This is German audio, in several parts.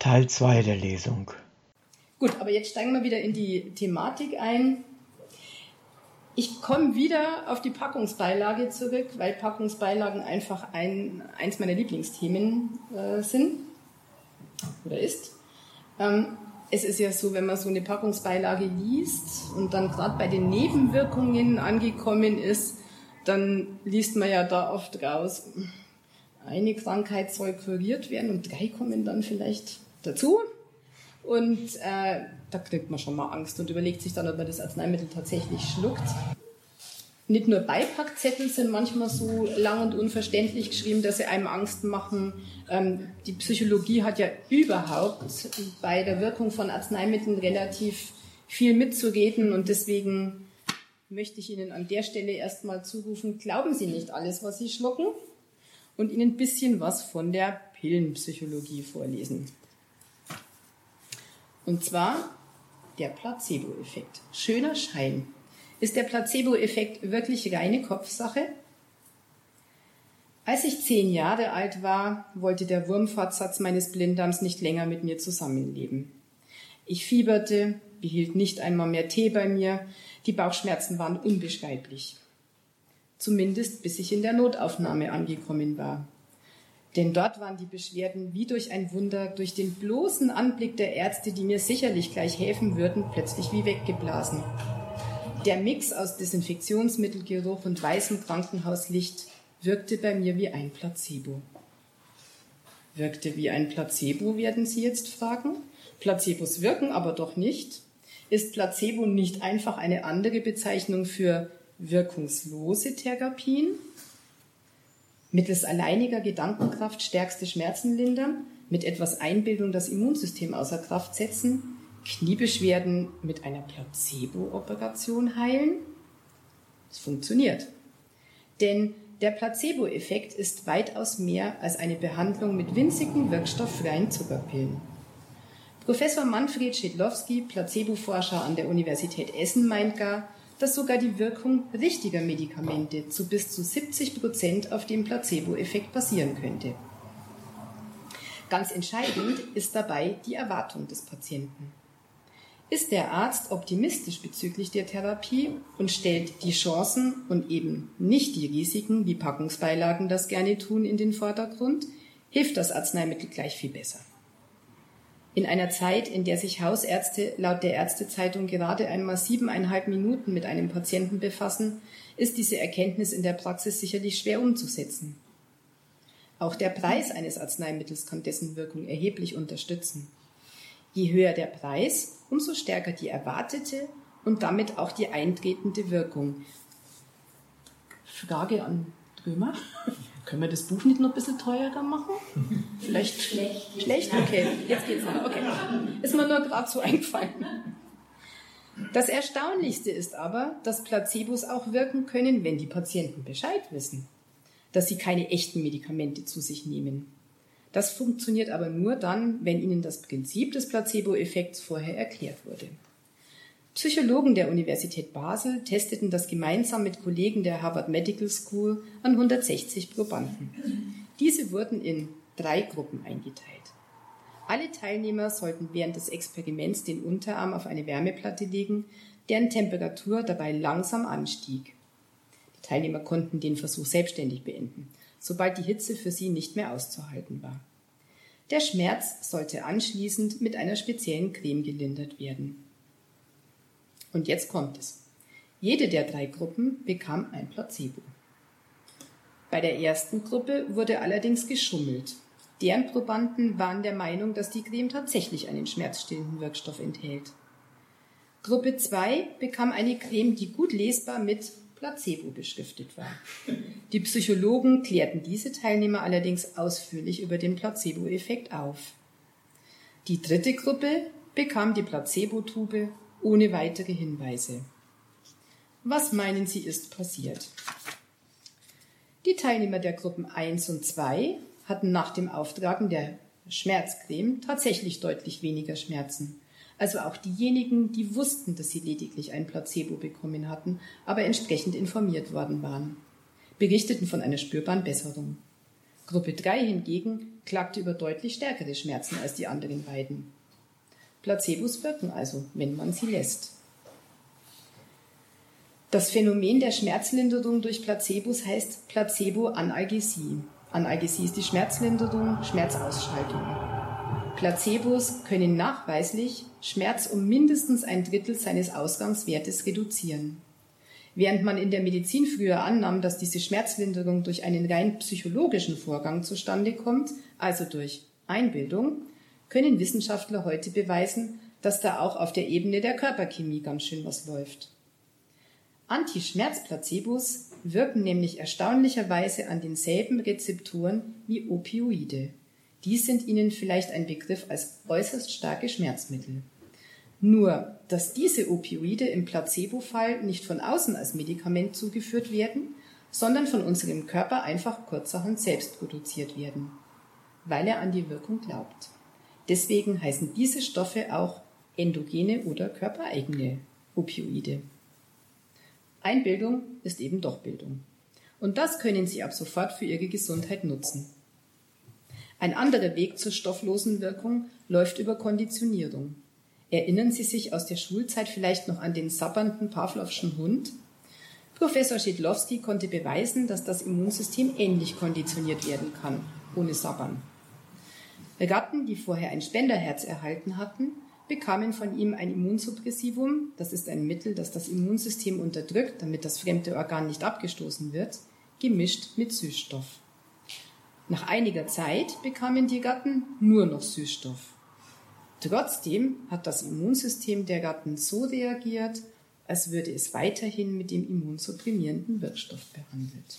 Teil 2 der Lesung. Gut, aber jetzt steigen wir wieder in die Thematik ein. Ich komme wieder auf die Packungsbeilage zurück, weil Packungsbeilagen einfach eins meiner Lieblingsthemen sind oder ist. Es ist ja so, wenn man so eine Packungsbeilage liest und dann gerade bei den Nebenwirkungen angekommen ist, dann liest man ja da oft raus, eine Krankheit soll kuriert werden und 3 kommen dann vielleicht dazu. Und da kriegt man schon mal Angst und überlegt sich dann, ob man das Arzneimittel tatsächlich schluckt. Nicht nur Beipackzettel sind manchmal so lang und unverständlich geschrieben, dass sie einem Angst machen. Die Psychologie hat ja überhaupt bei der Wirkung von Arzneimitteln relativ viel mitzureden und deswegen möchte ich Ihnen an der Stelle erstmal zurufen, glauben Sie nicht alles, was Sie schlucken und Ihnen ein bisschen was von der Pillenpsychologie vorlesen. Und zwar der Placebo-Effekt. Schöner Schein. Ist der Placebo-Effekt wirklich reine Kopfsache? Als ich 10 Jahre alt war, wollte der Wurmfortsatz meines Blinddarms nicht länger mit mir zusammenleben. Ich fieberte, behielt nicht einmal mehr Tee bei mir, die Bauchschmerzen waren unbeschreiblich. Zumindest bis ich in der Notaufnahme angekommen war. Denn dort waren die Beschwerden wie durch ein Wunder, durch den bloßen Anblick der Ärzte, die mir sicherlich gleich helfen würden, plötzlich wie weggeblasen. Der Mix aus Desinfektionsmittelgeruch und weißem Krankenhauslicht wirkte bei mir wie ein Placebo. Wirkte wie ein Placebo, werden Sie jetzt fragen? Placebos wirken aber doch nicht. Ist Placebo nicht einfach eine andere Bezeichnung für wirkungslose Therapien? Mittels alleiniger Gedankenkraft stärkste Schmerzen lindern, mit etwas Einbildung das Immunsystem außer Kraft setzen, Kniebeschwerden mit einer Placebo-Operation heilen? Es funktioniert. Denn der Placebo-Effekt ist weitaus mehr als eine Behandlung mit winzigen wirkstofffreien Zuckerpillen. Professor Manfred Schedlowski, Placebo-Forscher an der Universität Essen, meint gar, dass sogar die Wirkung richtiger Medikamente zu bis zu 70% auf dem Placebo-Effekt basieren könnte. Ganz entscheidend ist dabei die Erwartung des Patienten. Ist der Arzt optimistisch bezüglich der Therapie und stellt die Chancen und eben nicht die Risiken, wie Packungsbeilagen das gerne tun, in den Vordergrund, hilft das Arzneimittel gleich viel besser. In einer Zeit, in der sich Hausärzte laut der Ärztezeitung gerade einmal 7,5 Minuten mit einem Patienten befassen, ist diese Erkenntnis in der Praxis sicherlich schwer umzusetzen. Auch der Preis eines Arzneimittels kann dessen Wirkung erheblich unterstützen. Je höher der Preis, umso stärker die erwartete und damit auch die eintretende Wirkung. Frage an Drömer. Können wir das Buch nicht noch ein bisschen teurer machen? Vielleicht schlecht? Okay, jetzt geht's noch. Okay. Ist mir nur gerade so eingefallen. Das Erstaunlichste ist aber, dass Placebos auch wirken können, wenn die Patienten Bescheid wissen, dass sie keine echten Medikamente zu sich nehmen. Das funktioniert aber nur dann, wenn ihnen das Prinzip des Placebo-Effekts vorher erklärt wurde. Psychologen der Universität Basel testeten das gemeinsam mit Kollegen der Harvard Medical School an 160 Probanden. Diese wurden in 3 Gruppen eingeteilt. Alle Teilnehmer sollten während des Experiments den Unterarm auf eine Wärmeplatte legen, deren Temperatur dabei langsam anstieg. Die Teilnehmer konnten den Versuch selbstständig beenden, sobald die Hitze für sie nicht mehr auszuhalten war. Der Schmerz sollte anschließend mit einer speziellen Creme gelindert werden. Und jetzt kommt es. Jede der 3 Gruppen bekam ein Placebo. Bei der ersten Gruppe wurde allerdings geschummelt. Deren Probanden waren der Meinung, dass die Creme tatsächlich einen schmerzstillenden Wirkstoff enthält. Gruppe 2 bekam eine Creme, die gut lesbar mit Placebo beschriftet war. Die Psychologen klärten diese Teilnehmer allerdings ausführlich über den Placebo-Effekt auf. Die 3. Gruppe bekam die Placebo-Tube ohne weitere Hinweise. Was meinen Sie, ist passiert? Die Teilnehmer der Gruppen 1 und 2 hatten nach dem Auftragen der Schmerzcreme tatsächlich deutlich weniger Schmerzen. Also auch diejenigen, die wussten, dass sie lediglich ein Placebo bekommen hatten, aber entsprechend informiert worden waren, berichteten von einer spürbaren Besserung. Gruppe 3 hingegen klagte über deutlich stärkere Schmerzen als die anderen beiden. Placebos wirken also, wenn man sie lässt. Das Phänomen der Schmerzlinderung durch Placebos heißt Placebo-Analgesie. Analgesie ist die Schmerzlinderung, Schmerzausschaltung. Placebos können nachweislich Schmerz um mindestens 1/3 seines Ausgangswertes reduzieren. Während man in der Medizin früher annahm, dass diese Schmerzlinderung durch einen rein psychologischen Vorgang zustande kommt, also durch Einbildung, können Wissenschaftler heute beweisen, dass da auch auf der Ebene der Körperchemie ganz schön was läuft. Anti-Schmerz-Placebos wirken nämlich erstaunlicherweise an denselben Rezeptoren wie Opioide. Dies sind Ihnen vielleicht ein Begriff als äußerst starke Schmerzmittel. Nur, dass diese Opioide im Placebo-Fall nicht von außen als Medikament zugeführt werden, sondern von unserem Körper einfach kurzerhand selbst produziert werden, weil er an die Wirkung glaubt. Deswegen heißen diese Stoffe auch endogene oder körpereigene Opioide. Einbildung ist eben doch Bildung. Und das können Sie ab sofort für Ihre Gesundheit nutzen. Ein anderer Weg zur stofflosen Wirkung läuft über Konditionierung. Erinnern Sie sich aus der Schulzeit vielleicht noch an den sabbernden Pawlowschen Hund? Professor Schedlowski konnte beweisen, dass das Immunsystem ähnlich konditioniert werden kann, ohne Sabbern. Ratten, die vorher ein Spenderherz erhalten hatten, bekamen von ihm ein Immunsuppressivum, das ist ein Mittel, das das Immunsystem unterdrückt, damit das fremde Organ nicht abgestoßen wird, gemischt mit Süßstoff. Nach einiger Zeit bekamen die Ratten nur noch Süßstoff. Trotzdem hat das Immunsystem der Ratten so reagiert, als würde es weiterhin mit dem immunsupprimierenden Wirkstoff behandelt.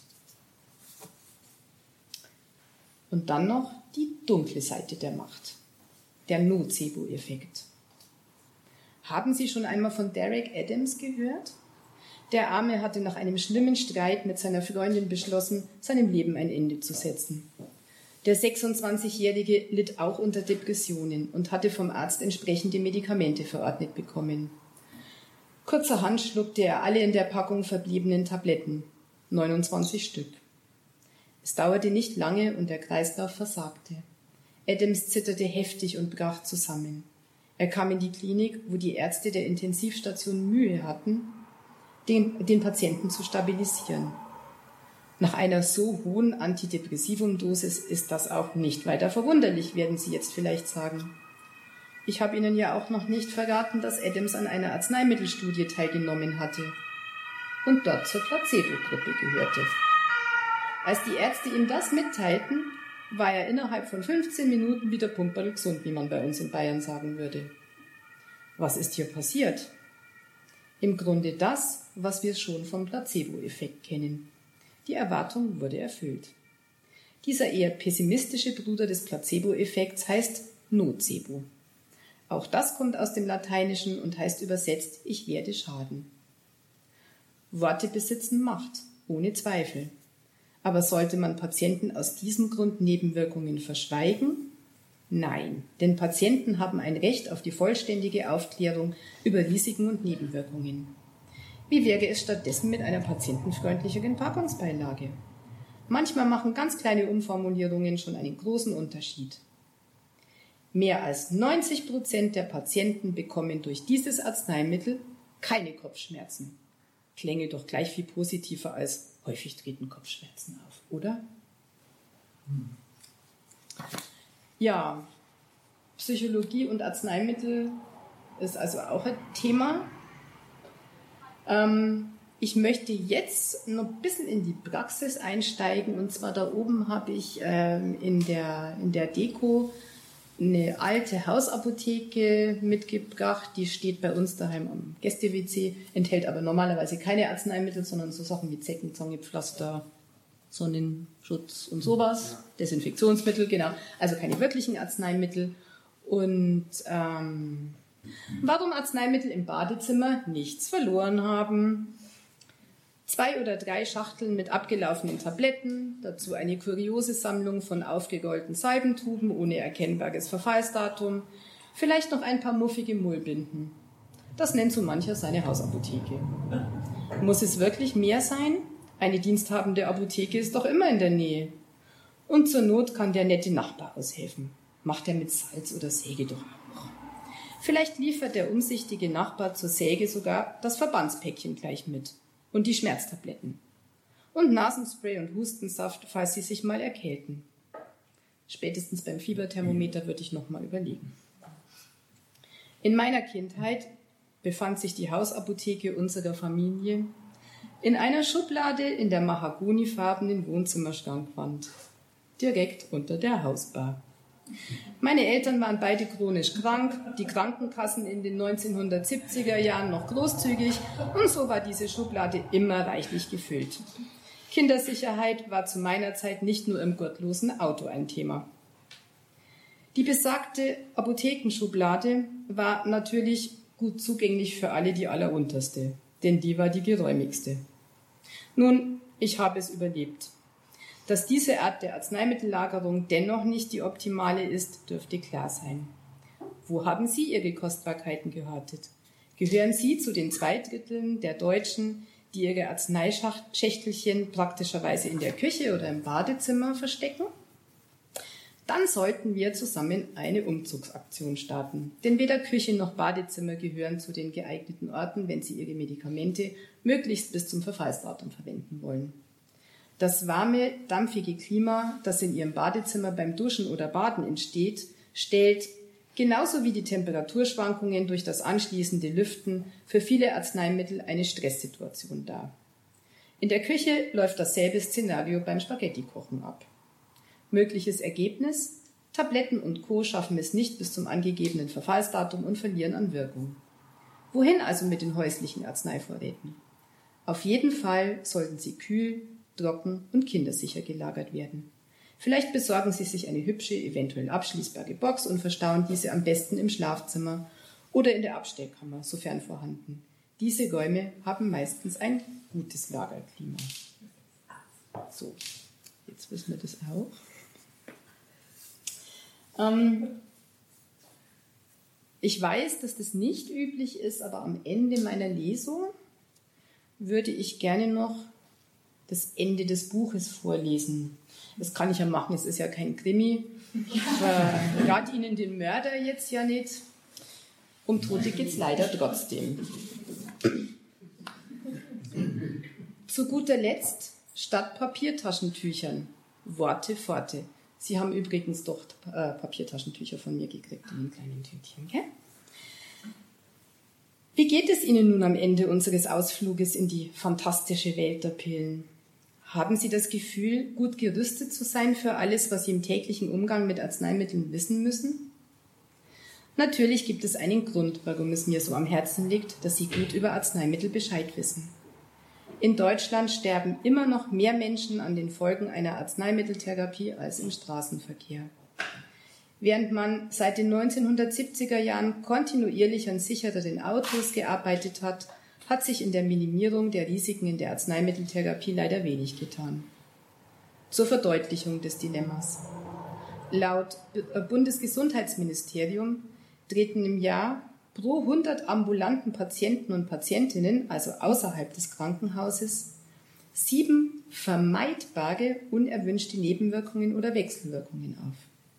Und dann noch die dunkle Seite der Macht, der Nocebo-Effekt. Haben Sie schon einmal von Derek Adams gehört? Der Arme hatte nach einem schlimmen Streit mit seiner Freundin beschlossen, seinem Leben ein Ende zu setzen. Der 26-Jährige litt auch unter Depressionen und hatte vom Arzt entsprechende Medikamente verordnet bekommen. Kurzerhand schluckte er alle in der Packung verbliebenen Tabletten, 29 Stück. Es dauerte nicht lange und der Kreislauf versagte. Adams zitterte heftig und brach zusammen. Er kam in die Klinik, wo die Ärzte der Intensivstation Mühe hatten, den Patienten zu stabilisieren. Nach einer so hohen Antidepressivumdosis ist das auch nicht weiter verwunderlich, werden Sie jetzt vielleicht sagen. Ich habe Ihnen ja auch noch nicht verraten, dass Adams an einer Arzneimittelstudie teilgenommen hatte und dort zur Placebo-Gruppe gehörte. Als die Ärzte ihm das mitteilten, war er innerhalb von 15 Minuten wieder pumperl gesund, wie man bei uns in Bayern sagen würde. Was ist hier passiert? Im Grunde das, was wir schon vom Placebo-Effekt kennen. Die Erwartung wurde erfüllt. Dieser eher pessimistische Bruder des Placebo-Effekts heißt Nocebo. Auch das kommt aus dem Lateinischen und heißt übersetzt, ich werde schaden. Worte besitzen Macht, ohne Zweifel. Aber sollte man Patienten aus diesem Grund Nebenwirkungen verschweigen? Nein, denn Patienten haben ein Recht auf die vollständige Aufklärung über Risiken und Nebenwirkungen. Wie wäre es stattdessen mit einer patientenfreundlicheren Packungsbeilage? Manchmal machen ganz kleine Umformulierungen schon einen großen Unterschied. Mehr als 90% der Patienten bekommen durch dieses Arzneimittel keine Kopfschmerzen. Klänge doch gleich viel positiver als häufig treten Kopfschmerzen auf, oder? Ja, Psychologie und Arzneimittel ist also auch ein Thema. Ich möchte jetzt noch ein bisschen in die Praxis einsteigen. Und zwar da oben habe ich in der Deko eine alte Hausapotheke mitgebracht. Die steht bei uns daheim am Gäste-WC, enthält aber normalerweise keine Arzneimittel, sondern so Sachen wie Zeckenzange, Pflaster, Sonnenschutz und sowas. Desinfektionsmittel, genau. Also keine wirklichen Arzneimittel. Und warum Arzneimittel im Badezimmer nichts verloren haben. 2 oder 3 Schachteln mit abgelaufenen Tabletten, dazu eine kuriose Sammlung von aufgerollten Salbentuben ohne erkennbares Verfallsdatum, vielleicht noch ein paar muffige Mullbinden. Das nennt so mancher seine Hausapotheke. Muss es wirklich mehr sein? Eine diensthabende Apotheke ist doch immer in der Nähe. Und zur Not kann der nette Nachbar aushelfen. Macht er mit Salz oder Säge doch auch. Vielleicht liefert der umsichtige Nachbar zur Säge sogar das Verbandspäckchen gleich mit und die Schmerztabletten. Und Nasenspray und Hustensaft, falls Sie sich mal erkälten. Spätestens beim Fieberthermometer würde ich noch mal überlegen. In meiner Kindheit befand sich die Hausapotheke unserer Familie in einer Schublade in der mahagonifarbenen Wohnzimmerschrankwand, direkt unter der Hausbar. Meine Eltern waren beide chronisch krank, die Krankenkassen in den 1970er Jahren noch großzügig und so war diese Schublade immer reichlich gefüllt. Kindersicherheit war zu meiner Zeit nicht nur im gottlosen Auto ein Thema. Die besagte Apothekenschublade war natürlich gut zugänglich für alle die allerunterste, denn die war die geräumigste. Nun, ich habe es überlebt. Dass diese Art der Arzneimittellagerung dennoch nicht die optimale ist, dürfte klar sein. Wo haben Sie Ihre Kostbarkeiten gehortet? Gehören Sie zu den 2/3 der Deutschen, die ihre Arzneischächtelchen praktischerweise in der Küche oder im Badezimmer verstecken? Dann sollten wir zusammen eine Umzugsaktion starten. Denn weder Küche noch Badezimmer gehören zu den geeigneten Orten, wenn Sie Ihre Medikamente möglichst bis zum Verfallsdatum verwenden wollen. Das warme, dampfige Klima, das in Ihrem Badezimmer beim Duschen oder Baden entsteht, stellt, genauso wie die Temperaturschwankungen durch das anschließende Lüften, für viele Arzneimittel eine Stresssituation dar. In der Küche läuft dasselbe Szenario beim Spaghettikochen ab. Mögliches Ergebnis: Tabletten und Co. schaffen es nicht bis zum angegebenen Verfallsdatum und verlieren an Wirkung. Wohin also mit den häuslichen Arzneivorräten? Auf jeden Fall sollten sie kühl, trocken und kindersicher gelagert werden. Vielleicht besorgen Sie sich eine hübsche, eventuell abschließbare Box und verstauen diese am besten im Schlafzimmer oder in der Abstellkammer, sofern vorhanden. Diese Räume haben meistens ein gutes Lagerklima. So, jetzt wissen wir das auch. Ich weiß, dass das nicht üblich ist, aber am Ende meiner Lesung würde ich gerne noch das Ende des Buches vorlesen. Das kann ich ja machen, es ist ja kein Krimi. Ich verrate Ihnen den Mörder jetzt ja nicht. Um Tote geht es leider trotzdem. Zu guter Letzt, statt Papiertaschentüchern, Worte, Forte. Sie haben übrigens doch Papiertaschentücher von mir gekriegt in einem kleinen Tütchen, gell? Wie geht es Ihnen nun am Ende unseres Ausfluges in die fantastische Welt der Pillen? Haben Sie das Gefühl, gut gerüstet zu sein für alles, was Sie im täglichen Umgang mit Arzneimitteln wissen müssen? Natürlich gibt es einen Grund, warum es mir so am Herzen liegt, dass Sie gut über Arzneimittel Bescheid wissen. In Deutschland sterben immer noch mehr Menschen an den Folgen einer Arzneimitteltherapie als im Straßenverkehr. Während man seit den 1970er Jahren kontinuierlich an sichereren Autos gearbeitet hat, hat sich in der Minimierung der Risiken in der Arzneimitteltherapie leider wenig getan. Zur Verdeutlichung des Dilemmas. Laut Bundesgesundheitsministerium treten im Jahr pro 100 ambulanten Patienten und Patientinnen, also außerhalb des Krankenhauses, 7 vermeidbare unerwünschte Nebenwirkungen oder Wechselwirkungen auf.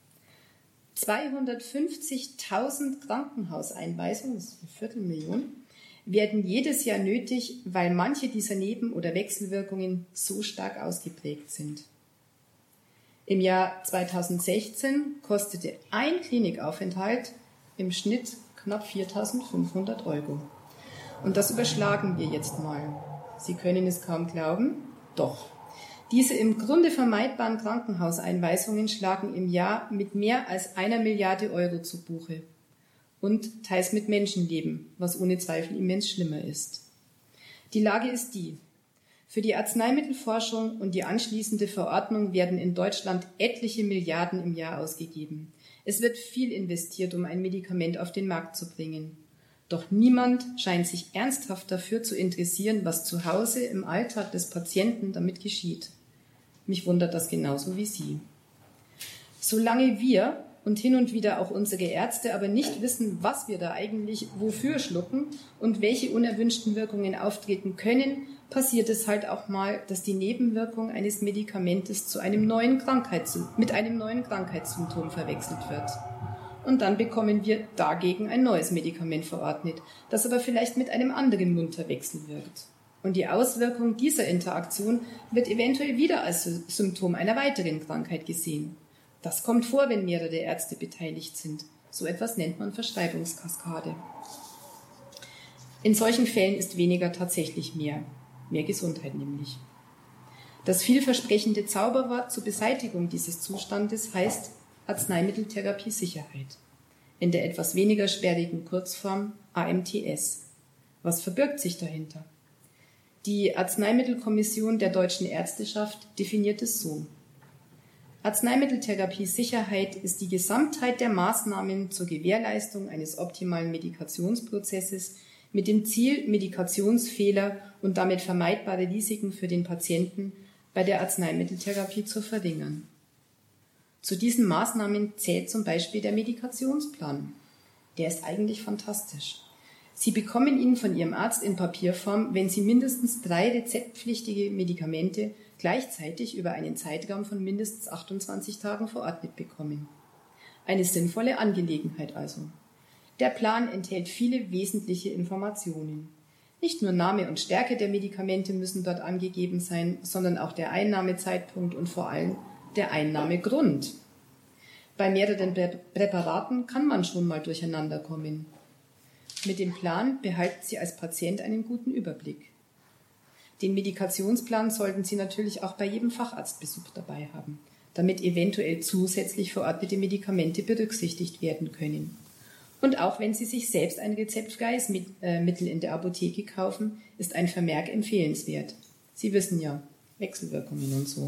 250.000 Krankenhauseinweisungen, das ist 250.000, werden jedes Jahr nötig, weil manche dieser Neben- oder Wechselwirkungen so stark ausgeprägt sind. Im Jahr 2016 kostete ein Klinikaufenthalt im Schnitt knapp 4.500 €. Und das überschlagen wir jetzt mal. Sie können es kaum glauben, doch. Diese im Grunde vermeidbaren Krankenhauseinweisungen schlagen im Jahr mit mehr als 1 Milliarde € zu Buche. Und teils mit Menschenleben, was ohne Zweifel immens schlimmer ist. Die Lage ist die: Für die Arzneimittelforschung und die anschließende Verordnung werden in Deutschland etliche Milliarden im Jahr ausgegeben. Es wird viel investiert, um ein Medikament auf den Markt zu bringen. Doch niemand scheint sich ernsthaft dafür zu interessieren, was zu Hause im Alltag des Patienten damit geschieht. Mich wundert das genauso wie Sie. Solange wir und hin und wieder auch unsere Ärzte aber nicht wissen, was wir da eigentlich wofür schlucken und welche unerwünschten Wirkungen auftreten können, passiert es halt auch mal, dass die Nebenwirkung eines Medikamentes mit einem neuen Krankheitssymptom verwechselt wird. Und dann bekommen wir dagegen ein neues Medikament verordnet, das aber vielleicht mit einem anderen Munterwechsel wirkt. Und die Auswirkung dieser Interaktion wird eventuell wieder als Symptom einer weiteren Krankheit gesehen. Das kommt vor, wenn mehrere Ärzte beteiligt sind. So etwas nennt man Verschreibungskaskade. In solchen Fällen ist weniger tatsächlich mehr. Mehr Gesundheit nämlich. Das vielversprechende Zauberwort zur Beseitigung dieses Zustandes heißt Arzneimitteltherapie-Sicherheit. In der etwas weniger sperrigen Kurzform AMTS. Was verbirgt sich dahinter? Die Arzneimittelkommission der Deutschen Ärzteschaft definiert es so. Arzneimitteltherapie-Sicherheit ist die Gesamtheit der Maßnahmen zur Gewährleistung eines optimalen Medikationsprozesses mit dem Ziel, Medikationsfehler und damit vermeidbare Risiken für den Patienten bei der Arzneimitteltherapie zu verringern. Zu diesen Maßnahmen zählt zum Beispiel der Medikationsplan. Der ist eigentlich fantastisch. Sie bekommen ihn von Ihrem Arzt in Papierform, wenn Sie mindestens 3 rezeptpflichtige Medikamente gleichzeitig über einen Zeitraum von mindestens 28 Tagen verordnet bekommen. Eine sinnvolle Angelegenheit also. Der Plan enthält viele wesentliche Informationen. Nicht nur Name und Stärke der Medikamente müssen dort angegeben sein, sondern auch der Einnahmezeitpunkt und vor allem der Einnahmegrund. Bei mehreren Präparaten kann man schon mal durcheinander kommen. Mit dem Plan behalten Sie als Patient einen guten Überblick. Den Medikationsplan sollten Sie natürlich auch bei jedem Facharztbesuch dabei haben, damit eventuell zusätzlich verordnete Medikamente berücksichtigt werden können. Und auch wenn Sie sich selbst ein rezeptfreies Mittel in der Apotheke kaufen, ist ein Vermerk empfehlenswert. Sie wissen ja, Wechselwirkungen und so.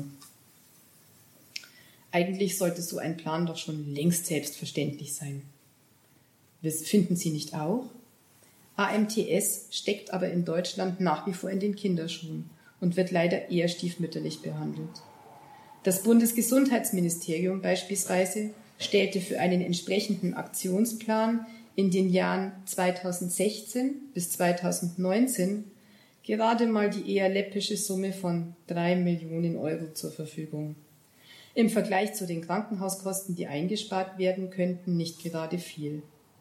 Eigentlich sollte so ein Plan doch schon längst selbstverständlich sein. Das finden Sie nicht auch? AMTS steckt aber in Deutschland nach wie vor in den Kinderschuhen und wird leider eher stiefmütterlich behandelt. Das Bundesgesundheitsministerium beispielsweise stellte für einen entsprechenden Aktionsplan in den Jahren 2016 bis 2019 gerade mal die eher läppische Summe von 3 Millionen Euro zur Verfügung. Im Vergleich zu den Krankenhauskosten, die eingespart werden könnten, nicht gerade viel.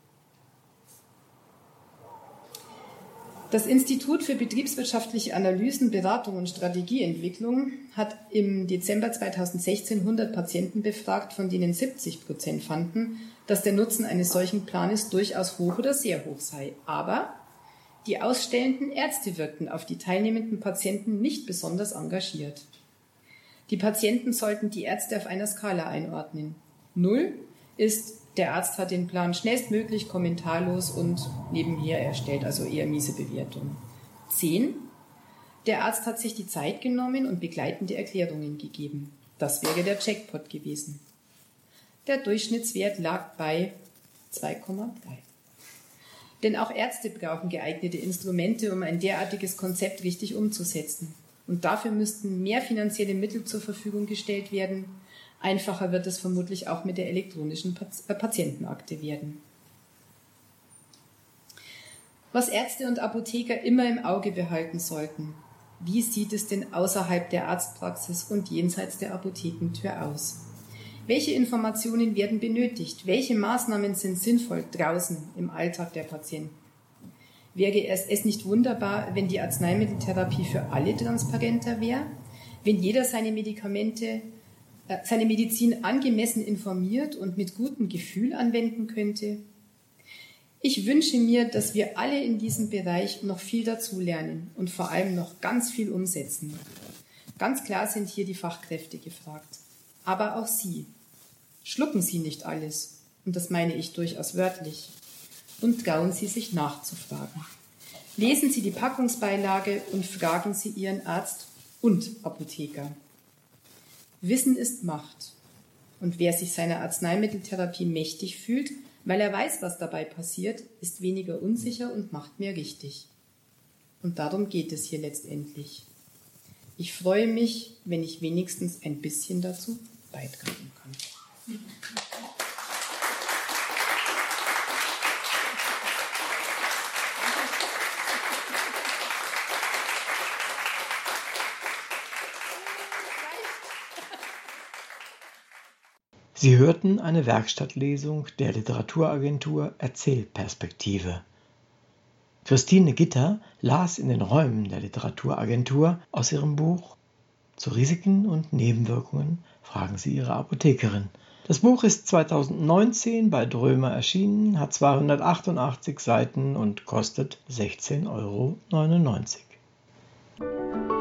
Das Institut für betriebswirtschaftliche Analysen, Beratung und Strategieentwicklung hat im Dezember 2016 100 Patienten befragt, von denen 70% fanden, dass der Nutzen eines solchen Planes durchaus hoch oder sehr hoch sei. Aber die ausstellenden Ärzte wirkten auf die teilnehmenden Patienten nicht besonders engagiert. Die Patienten sollten die Ärzte auf einer Skala einordnen. 0 ist, der Arzt hat den Plan schnellstmöglich kommentarlos und nebenher erstellt, also eher miese Bewertung. 10, der Arzt hat sich die Zeit genommen und begleitende Erklärungen gegeben. Das wäre der Jackpot gewesen. Der Durchschnittswert lag bei 2,3. Denn auch Ärzte brauchen geeignete Instrumente, um ein derartiges Konzept richtig umzusetzen. Und dafür müssten mehr finanzielle Mittel zur Verfügung gestellt werden. Einfacher wird es vermutlich auch mit der elektronischen Patientenakte werden. Was Ärzte und Apotheker immer im Auge behalten sollten: Wie sieht es denn außerhalb der Arztpraxis und jenseits der Apothekentür aus? Welche Informationen werden benötigt? Welche Maßnahmen sind sinnvoll draußen im Alltag der Patienten? Wäre es nicht wunderbar, wenn die Arzneimitteltherapie für alle transparenter wäre? Wenn jeder seine Medizin angemessen informiert und mit gutem Gefühl anwenden könnte? Ich wünsche mir, dass wir alle in diesem Bereich noch viel dazulernen und vor allem noch ganz viel umsetzen. Ganz klar sind hier die Fachkräfte gefragt. Aber auch Sie. Schlucken Sie nicht alles, und das meine ich durchaus wörtlich, und trauen Sie sich nachzufragen. Lesen Sie die Packungsbeilage und fragen Sie Ihren Arzt und Apotheker. Wissen ist Macht. Und wer sich seiner Arzneimitteltherapie mächtig fühlt, weil er weiß, was dabei passiert, ist weniger unsicher und macht mehr richtig. Und darum geht es hier letztendlich. Ich freue mich, wenn ich wenigstens ein bisschen dazu beitragen kann. Sie hörten eine Werkstattlesung der Literaturagentur Erzählperspektive. Christine Gitter las in den Räumen der Literaturagentur aus ihrem Buch »Zu Risiken und Nebenwirkungen fragen Sie Ihre Apothekerin«. Das Buch ist 2019 bei Drömer erschienen, hat 288 Seiten und kostet 16,99 €.